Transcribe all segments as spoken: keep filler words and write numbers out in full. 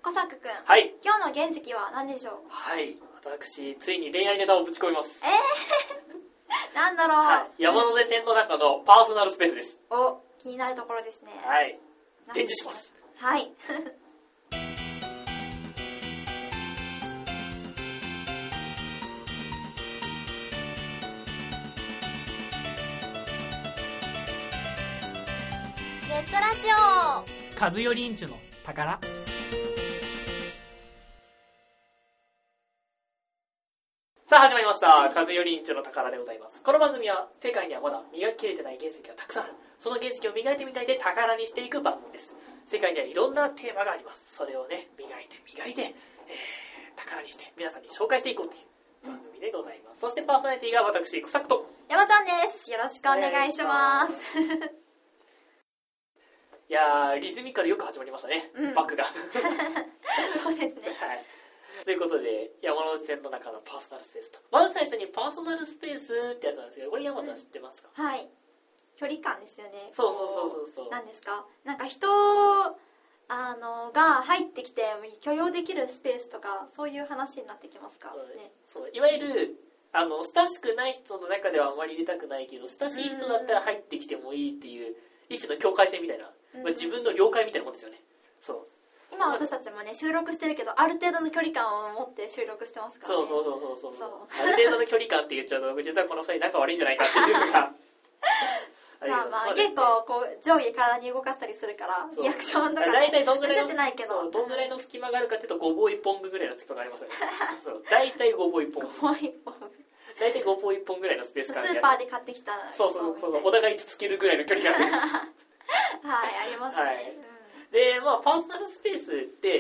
小作くん、 はい、 今日の原石は何でしょう？ はい、私ついに恋愛ネタをぶち込みます。 えー、なんだろう、 はい、山手線の中のパーソナルスペースです。 お、気になるところですね。 はい、展示します。 はいネットラジオカズヨリンチュの宝。 さあ始まりました、カズヨリンチュの宝でございます。この番組は世界にはまだ磨ききれてない原石がたくさんある、その原石を磨いて磨いて宝にしていく番組です。世界にはいろんなテーマがあります。それをね、磨いて磨いて、えー、宝にして皆さんに紹介していこうという番組でございます。そしてパーソナリティが私、小作と山ちゃんです。よろしくお願いします。 いやー、リズミカルよく始まりましたね、うん、バックがそうですね、 はい、ということで山手線の中のパーソナルスペースと、まず最初にパーソナルスペースってやつなんですけど、これ山ちゃん知ってますか？ うん、はい、距離感ですよね。 そうそうそうそうそう。 なんですか、なんか人あのが入ってきて許容できるスペースとか、そういう話になってきますか、 そうね、 そう、いわゆるあの親しくない人の中ではあまり入れたくないけど、親しい人だったら入ってきてもいいっていう一種の境界線みたいな、まあ、自分の了解みたいなもんですよね。そう、 今私たちもね収録してるけど、ある程度の距離感を持って収録してますからね。 そうそうそうそうそうある程度の距離感って言っちゃうと実はこのふたり仲悪いんじゃないかっていうのがまあまあ、ね、結構こう上下体に動かしたりするからリアクションとか、ね、 大体どんぐらいの映ってないけど、 どんぐらいの隙間があるかっていうとごぼういっぽんぐらいの隙間がありますよねそう大体ごぼういっぽんごぼういっぽん大体ごぼういっぽんぐらいのスペース感スーパーで買ってきたそうそうそう、お互いつつけるぐらいの距離感はい、ありますね、はい、 で、まあ、パーソナルスペースって、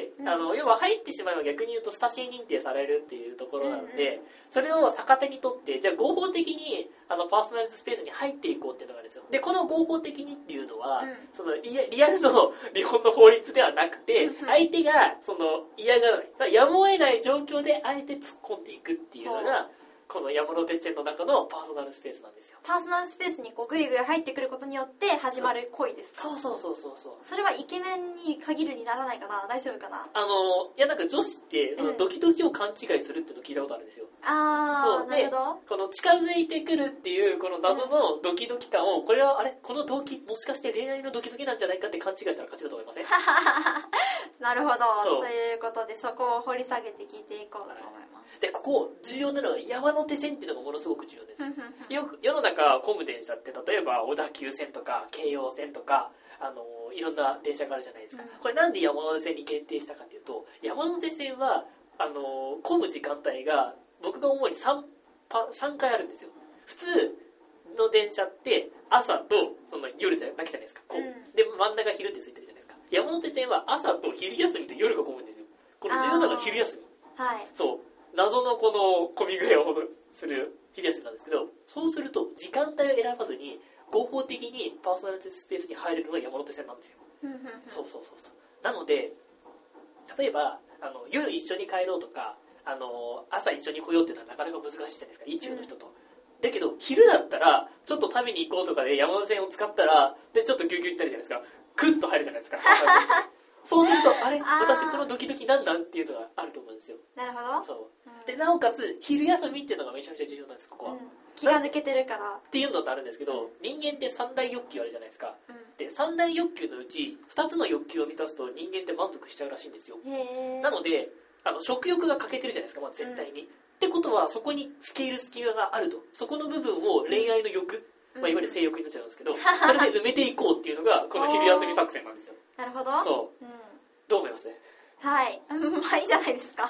うん、あの要は入ってしまえば逆に言うと親しい認定されるっていうところなので、うんうん、それを逆手にとって、じゃあ合法的にあのパーソナルスペースに入っていこうっていうのがあるんですよ。でこの合法的にっていうのは、うん、そのリアルの日本の法律ではなくて、うん、相手がその嫌がらない、まあ、やむを得ない状況であえて突っ込んでいくっていうのが、この山手線の中のパーソナルスペースなんですよ。 パーソナルスペースにこうグイグイ入ってくることによって始まる恋ですか？ そうそうそうそうそう。 それはイケメンに限るにならないかな？大丈夫かな？ あのいや、なんか女子ってそのドキドキを勘違いするっていうのを聞いたことあるんですよ。 うん、ああ、なるほど。 この近づいてくるっていうこの謎のドキドキ感を、これはあれこの動機もしかして恋愛のドキドキなんじゃないかって勘違いしたら勝ちだと思いません？ なるほど。ということでそこを掘り下げて聞いていこうと思います。 でここ重要なのは山手線っていうのがものすごく重要です。よく世の中混む電車って例えば小田急線とか京葉線とかあのいろんな電車があるじゃないですか、うん、これなんで山手線に限定したかっていうと、山手線はあの混む時間帯が僕が思うに 3, パさんかいあるんですよ。普通の電車って朝とその夜じゃなきゃじゃないですか、こう、うん、で真ん中昼ってついてるじゃないですか。山手線は朝と昼休みと夜が混むんですよ。このじゅうななが昼休み、 はい、 そう謎のこの混み具合をする昼休みなんですけど、そうすると時間帯を選ばずに合法的にパーソナルスペースに入れるのが山手線なんですよそうそうそうそう。なので例えばあの夜一緒に帰ろうとかあの朝一緒に来ようっていうのはなかなか難しいじゃないですか、意中の人と、うん、だけど昼だったらちょっと食べに行こうとかで山手線を使ったらでちょっとギュギュってなるじゃないですか、クッと入るじゃないですかそうするとあれ私このドキドキなんなんっていうのがあると思うんですよ。 なるほど。 そう、うん、でなおかつ昼休みっていうのがめちゃめちゃ重要なんです、ここは、うん、 気が抜けてるからっていうのってあるんですけど、人間って三大欲求あるじゃないですか、うん、で三大欲求のうちふたつの欲求を満たすと人間って満足しちゃうらしいんですよ。 へー。 なのであの食欲が欠けてるじゃないですか、まず絶対に、うん、ってことはそこに付け入る隙間があると、そこの部分を恋愛の欲、うん、まあ、いわゆる性欲になっちゃうんですけど、それで埋めていこうっていうのがこの昼休み作戦なんですよなるほど。 そう、うん、どう思います？ はい、まあいいじゃないですか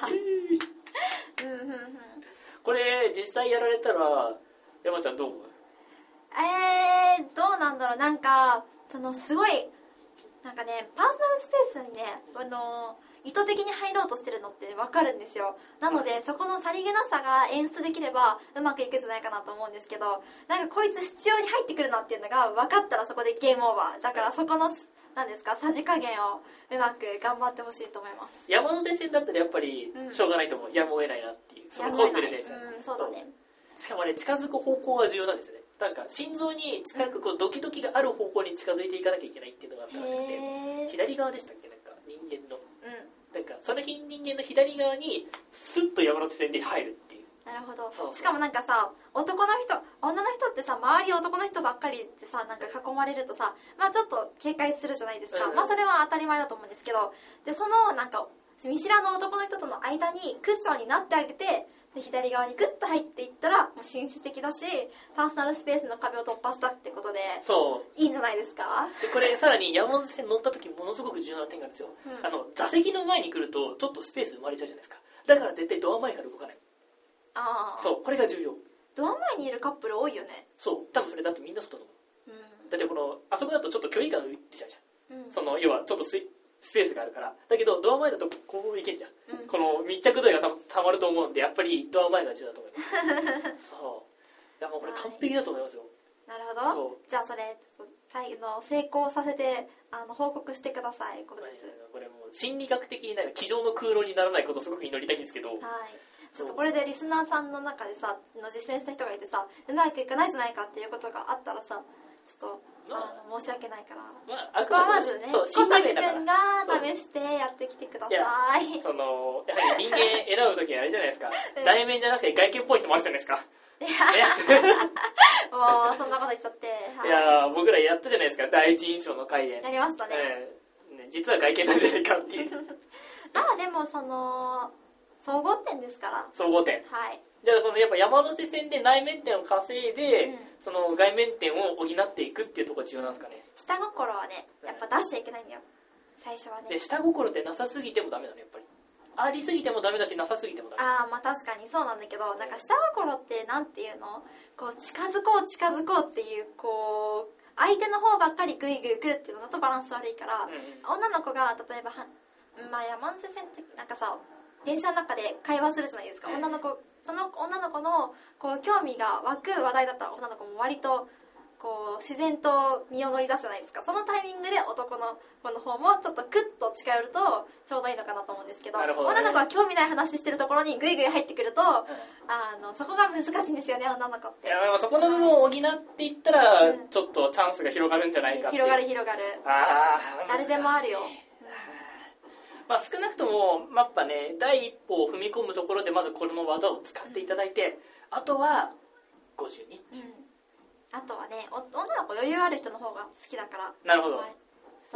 これ実際やられたら山ちゃんどう思う？ えー、どうなんだろう。なんかそのすごいなんかね、パーソナルスペースにね、あの意図的に入ろうとしてるのって分かるんですよ。なのでそこのさりげなさが演出できればうまくいくんじゃないかなと思うんですけど、なんかこいつ必要に入ってくるなっていうのが分かったらそこでゲームオーバーだから、そこのなんですか、さじ加減をうまく頑張ってほしいと思います。 山手線だったらやっぱりしょうがないと思う、うん、やむを得ないなっていう、その混んでる電車、 うん、そうだね。 しかもあれ近づく方向が重要なんですよね。なんか心臓に近くこうドキドキがある方向に近づいていかなきゃいけないっていうのがあったらしくて、左側でしたっけ、なんか人間の、うん、なんかその人間の左側にスッと山手線で入るっていう。 なるほど。 そうそうしかもなんかさ、男の人女の人ってさ、周り男の人ばっかりってさ、なんか囲まれるとさ、まあちょっと警戒するじゃないですか、 うんうん、 まあそれは当たり前だと思うんですけど、でそのなんか見知らぬ男の人との間にクッションになってあげて、で左側にグッと入っていったらもう紳士的だし、パーソナルスペースの壁を突破したってことで、 そういいんじゃないですか。 でこれさらに山手線乗った時ものすごく重要な点があるんですよ、うん、あの座席の前に来るとちょっとスペース生まれちゃうじゃないですか。だから絶対ドア前から動かない。 ああ、 そう、これが重要。 ドア前にいるカップル多いよね。 そう、多分それだってみんなそうだと思う、うん、だってこのあそこだとちょっと距離感が浮いてちゃうじゃん、うん、その要はちょっとススペースがあるから。だけどドア前だとこういけんじゃん、うん、この密着度がたたまると思うんで、やっぱりドア前が重要だと思いますそういやもうこれ完璧だと思いますよ、 はい、なるほど。じゃあそれちょっと最後の成功させてあの報告してください。後日これもう心理学的にない机上の空論にならないことをすごく祈りたいんですけど、 はい、ちょっとこれでリスナーさんの中でさの実践した人がいてさ、うまくいかないじゃないかっていうことがあったらさ、ちょっと、まあ、あの申し訳ないから、 まあ、あくまままずね、 そう小作君が試してやってきてください。 いそのやはり人間選ぶときはあれじゃないですか、うん、内面じゃなくて外見ポイントもあるじゃないですか。 いやもうそんなこと言っちゃって、 はい、いや僕らやったじゃないですか、第一印象の回で。 やりましたね、 えー、ね実は外見なんじゃないかっていうまあでもその総合点ですから。 総合点、 はい。 じゃあそのやっぱ山手線で内面点を稼いで、うん、その外面点を補っていくっていうところが重要なんですかね。 下心はねやっぱ出しちゃいけないんだよ、最初はね。 で下心ってなさすぎてもダメだね、やっぱり。ありすぎてもダメだし、なさすぎてもダメ。 ああ、まあ確かにそうなんだけど、なんか下心ってなんていうの、こう近づこう近づこうっていう、こう相手の方ばっかりグイグイ来るっていうのだとバランス悪いから、うんうん、女の子が例えばは、まあ、山手線ってなんかさ電車の中で会話するじゃないですか、うん、女の子その女の子のこう興味が湧く話題だったら女の子も割とこう自然と身を乗り出すじゃないですか。そのタイミングで男の子の方もちょっとクッと近寄るとちょうどいいのかなと思うんですけど、 ど、ね、 女の子は興味ない話してるところにグイグイ入ってくると、うん、あのそこが難しいんですよね、女の子って。 いやそこの部分を補っていったら、うん、ちょっとチャンスが広がるんじゃないかっていう。 広がる広がる。 あ誰でもあるよ。 まあ、少なくともやっぱね第一歩を踏み込むところでまずこの技を使っていただいて、うん、あとはごじゅうにっていう、うん、あとはね女の子余裕ある人の方が好きだから。 なるほど、はい、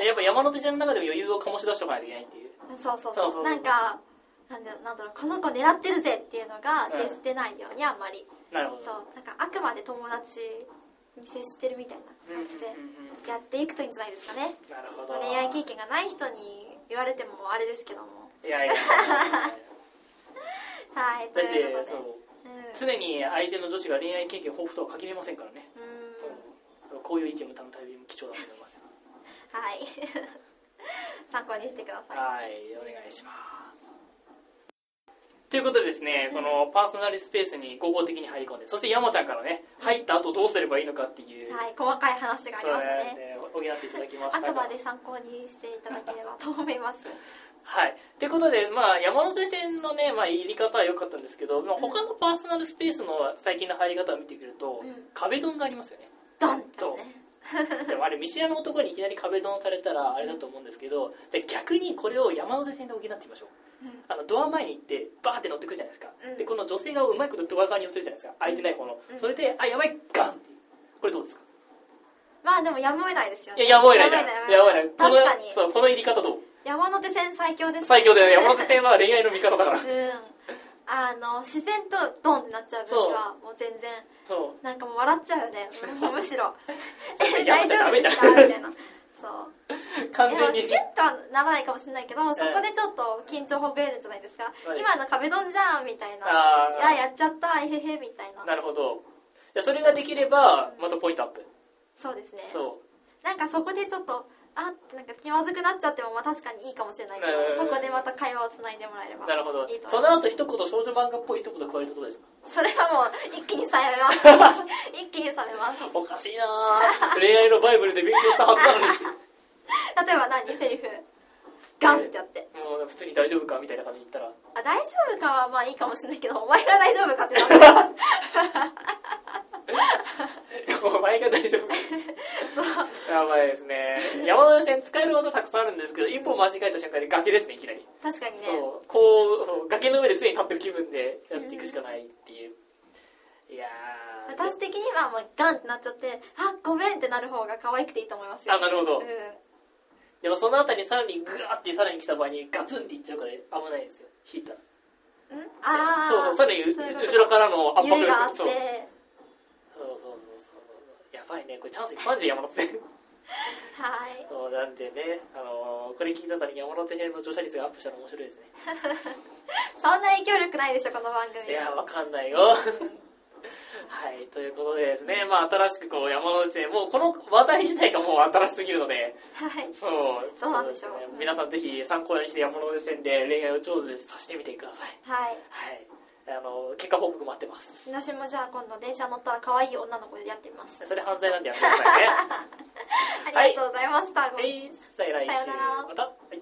やっぱ山手線の中でも余裕を醸し出しておかないといけないっていう。 そうそうそう、そうそうなんかなんだなんだろうこの子狙ってるぜっていうのが出てないようにあんまり、 うん、なるほど。 そうなんかあくまで友達に接してるみたいな感じでやっていくといいんじゃないですかね。 なるほど。 恋愛経験がない人に言われてもあれですけども。 いやいやはい、ということで、 そう、うん、常に相手の女子が恋愛経験豊富とは限りませんからね。うんそうこういう意見も多分大変貴重だと思いますよ。 はい参考にしてください。 はいお願いします。ということでですね、うん、このパーソナルスペースに合法的に入り込んで、そして山ちゃんからね、うん、入った後どうすればいいのかっていう、 はい、細かい話がありましたね。 ね補っていただきました。 あくまで参考にしていただければと思いますはい。ということで、まあ、山手線のね、まあ、入り方は良かったんですけど、まあ、他のパーソナルスペースの最近の入り方を見てくると、うん、壁ドンがありますよね。 ドンと、ね、 でもあれ見知らぬ男にいきなり壁ドンされたらあれだと思うんですけど、で逆にこれを山手線で補ってみましょう、うん、あのドア前に行ってバーって乗ってくるじゃないですか、うん、でこの女性がうまいことドア側に寄せるじゃないですか、空いてない方の、うん、それであやばいガンってこれどうですか。 まあでもやむを得ないですよね。 いややむを得ないじゃん。やむを得ない。 確かに。 そうこの入り方どう。 山手線最強ですね。 最強だよ。山手線は恋愛の味方だから。うん。 あの自然とドンってなっちゃう分にはもう全然そうなんかもう笑っちゃうよね。もうむしろえ大丈夫ですかみたいな。そう完全にキュッとはならないかもしれないけど、そこでちょっと緊張ほぐれるんじゃないですか、はい、今の壁ドンじゃんみたいな、いややっちゃったえへへみたいな。 なるほど。それができればまたポイントアップ、うん、 そうですね。 そうなんかそこでちょっとあなんか気まずくなっちゃってもまあ確かにいいかもしれないけど、そこでまた会話をつないでもらえればいいと思います。 なるほど。その後一言少女漫画っぽい一言加えるとどうですか。 それはもう一気に冷めます一気に冷めます。 おかしいな恋愛のバイブルで勉強したはずなのに例えば何セリフガンってやって、 えー、もう普通に大丈夫かみたいな感じで言ったら、 あ大丈夫かはまあいいかもしれないけど、お前が大丈夫かってなったお前が大丈夫そうやばいですね。山手線使える技たくさんあるんですけど、一歩間違えた瞬間で崖ですね、いきなり。 確かにね。 そう、こう、そう崖の上で常に立ってる気分でやっていくしかないっていう。うん、いやー。 私的にはもうガンってなっちゃって、あ、ごめんってなる方が可愛くていいと思いますよ。 あ、なるほど。 うん。 でもそのあたりにさらにグワーってさらに来た場合にガツンっていっちゃうから危ないですよ、引いたら。 んああ。 そうそう、さらに後ろからの圧迫力があって。 そうそうそうそう。やばいね、これチャンスいっぱいあるじゃん、山手線。 はい。 そうなんでね、あのー、これ聞いた後に山手線の乗車率がアップしたら面白いですね。 そんな影響力ないでしょ、この番組。 いや、わかんないよ。はい、ということでですね、まあ新しくこう山手線、もうこの話題自体がもう新しすぎるので、 はい。 そう、 そうなんでしょう。 皆さんぜひ参考にして山手線で恋愛を上手にさせてみてください。 はい。 はい。あの結果報告待ってます。 私もじゃあ今度電車乗ったら可愛い女の子でやってみます。 それ犯罪なんでやめてくださいね。 ありがとうございました。 はい、はい、さよなら。 さよなら。 また。はい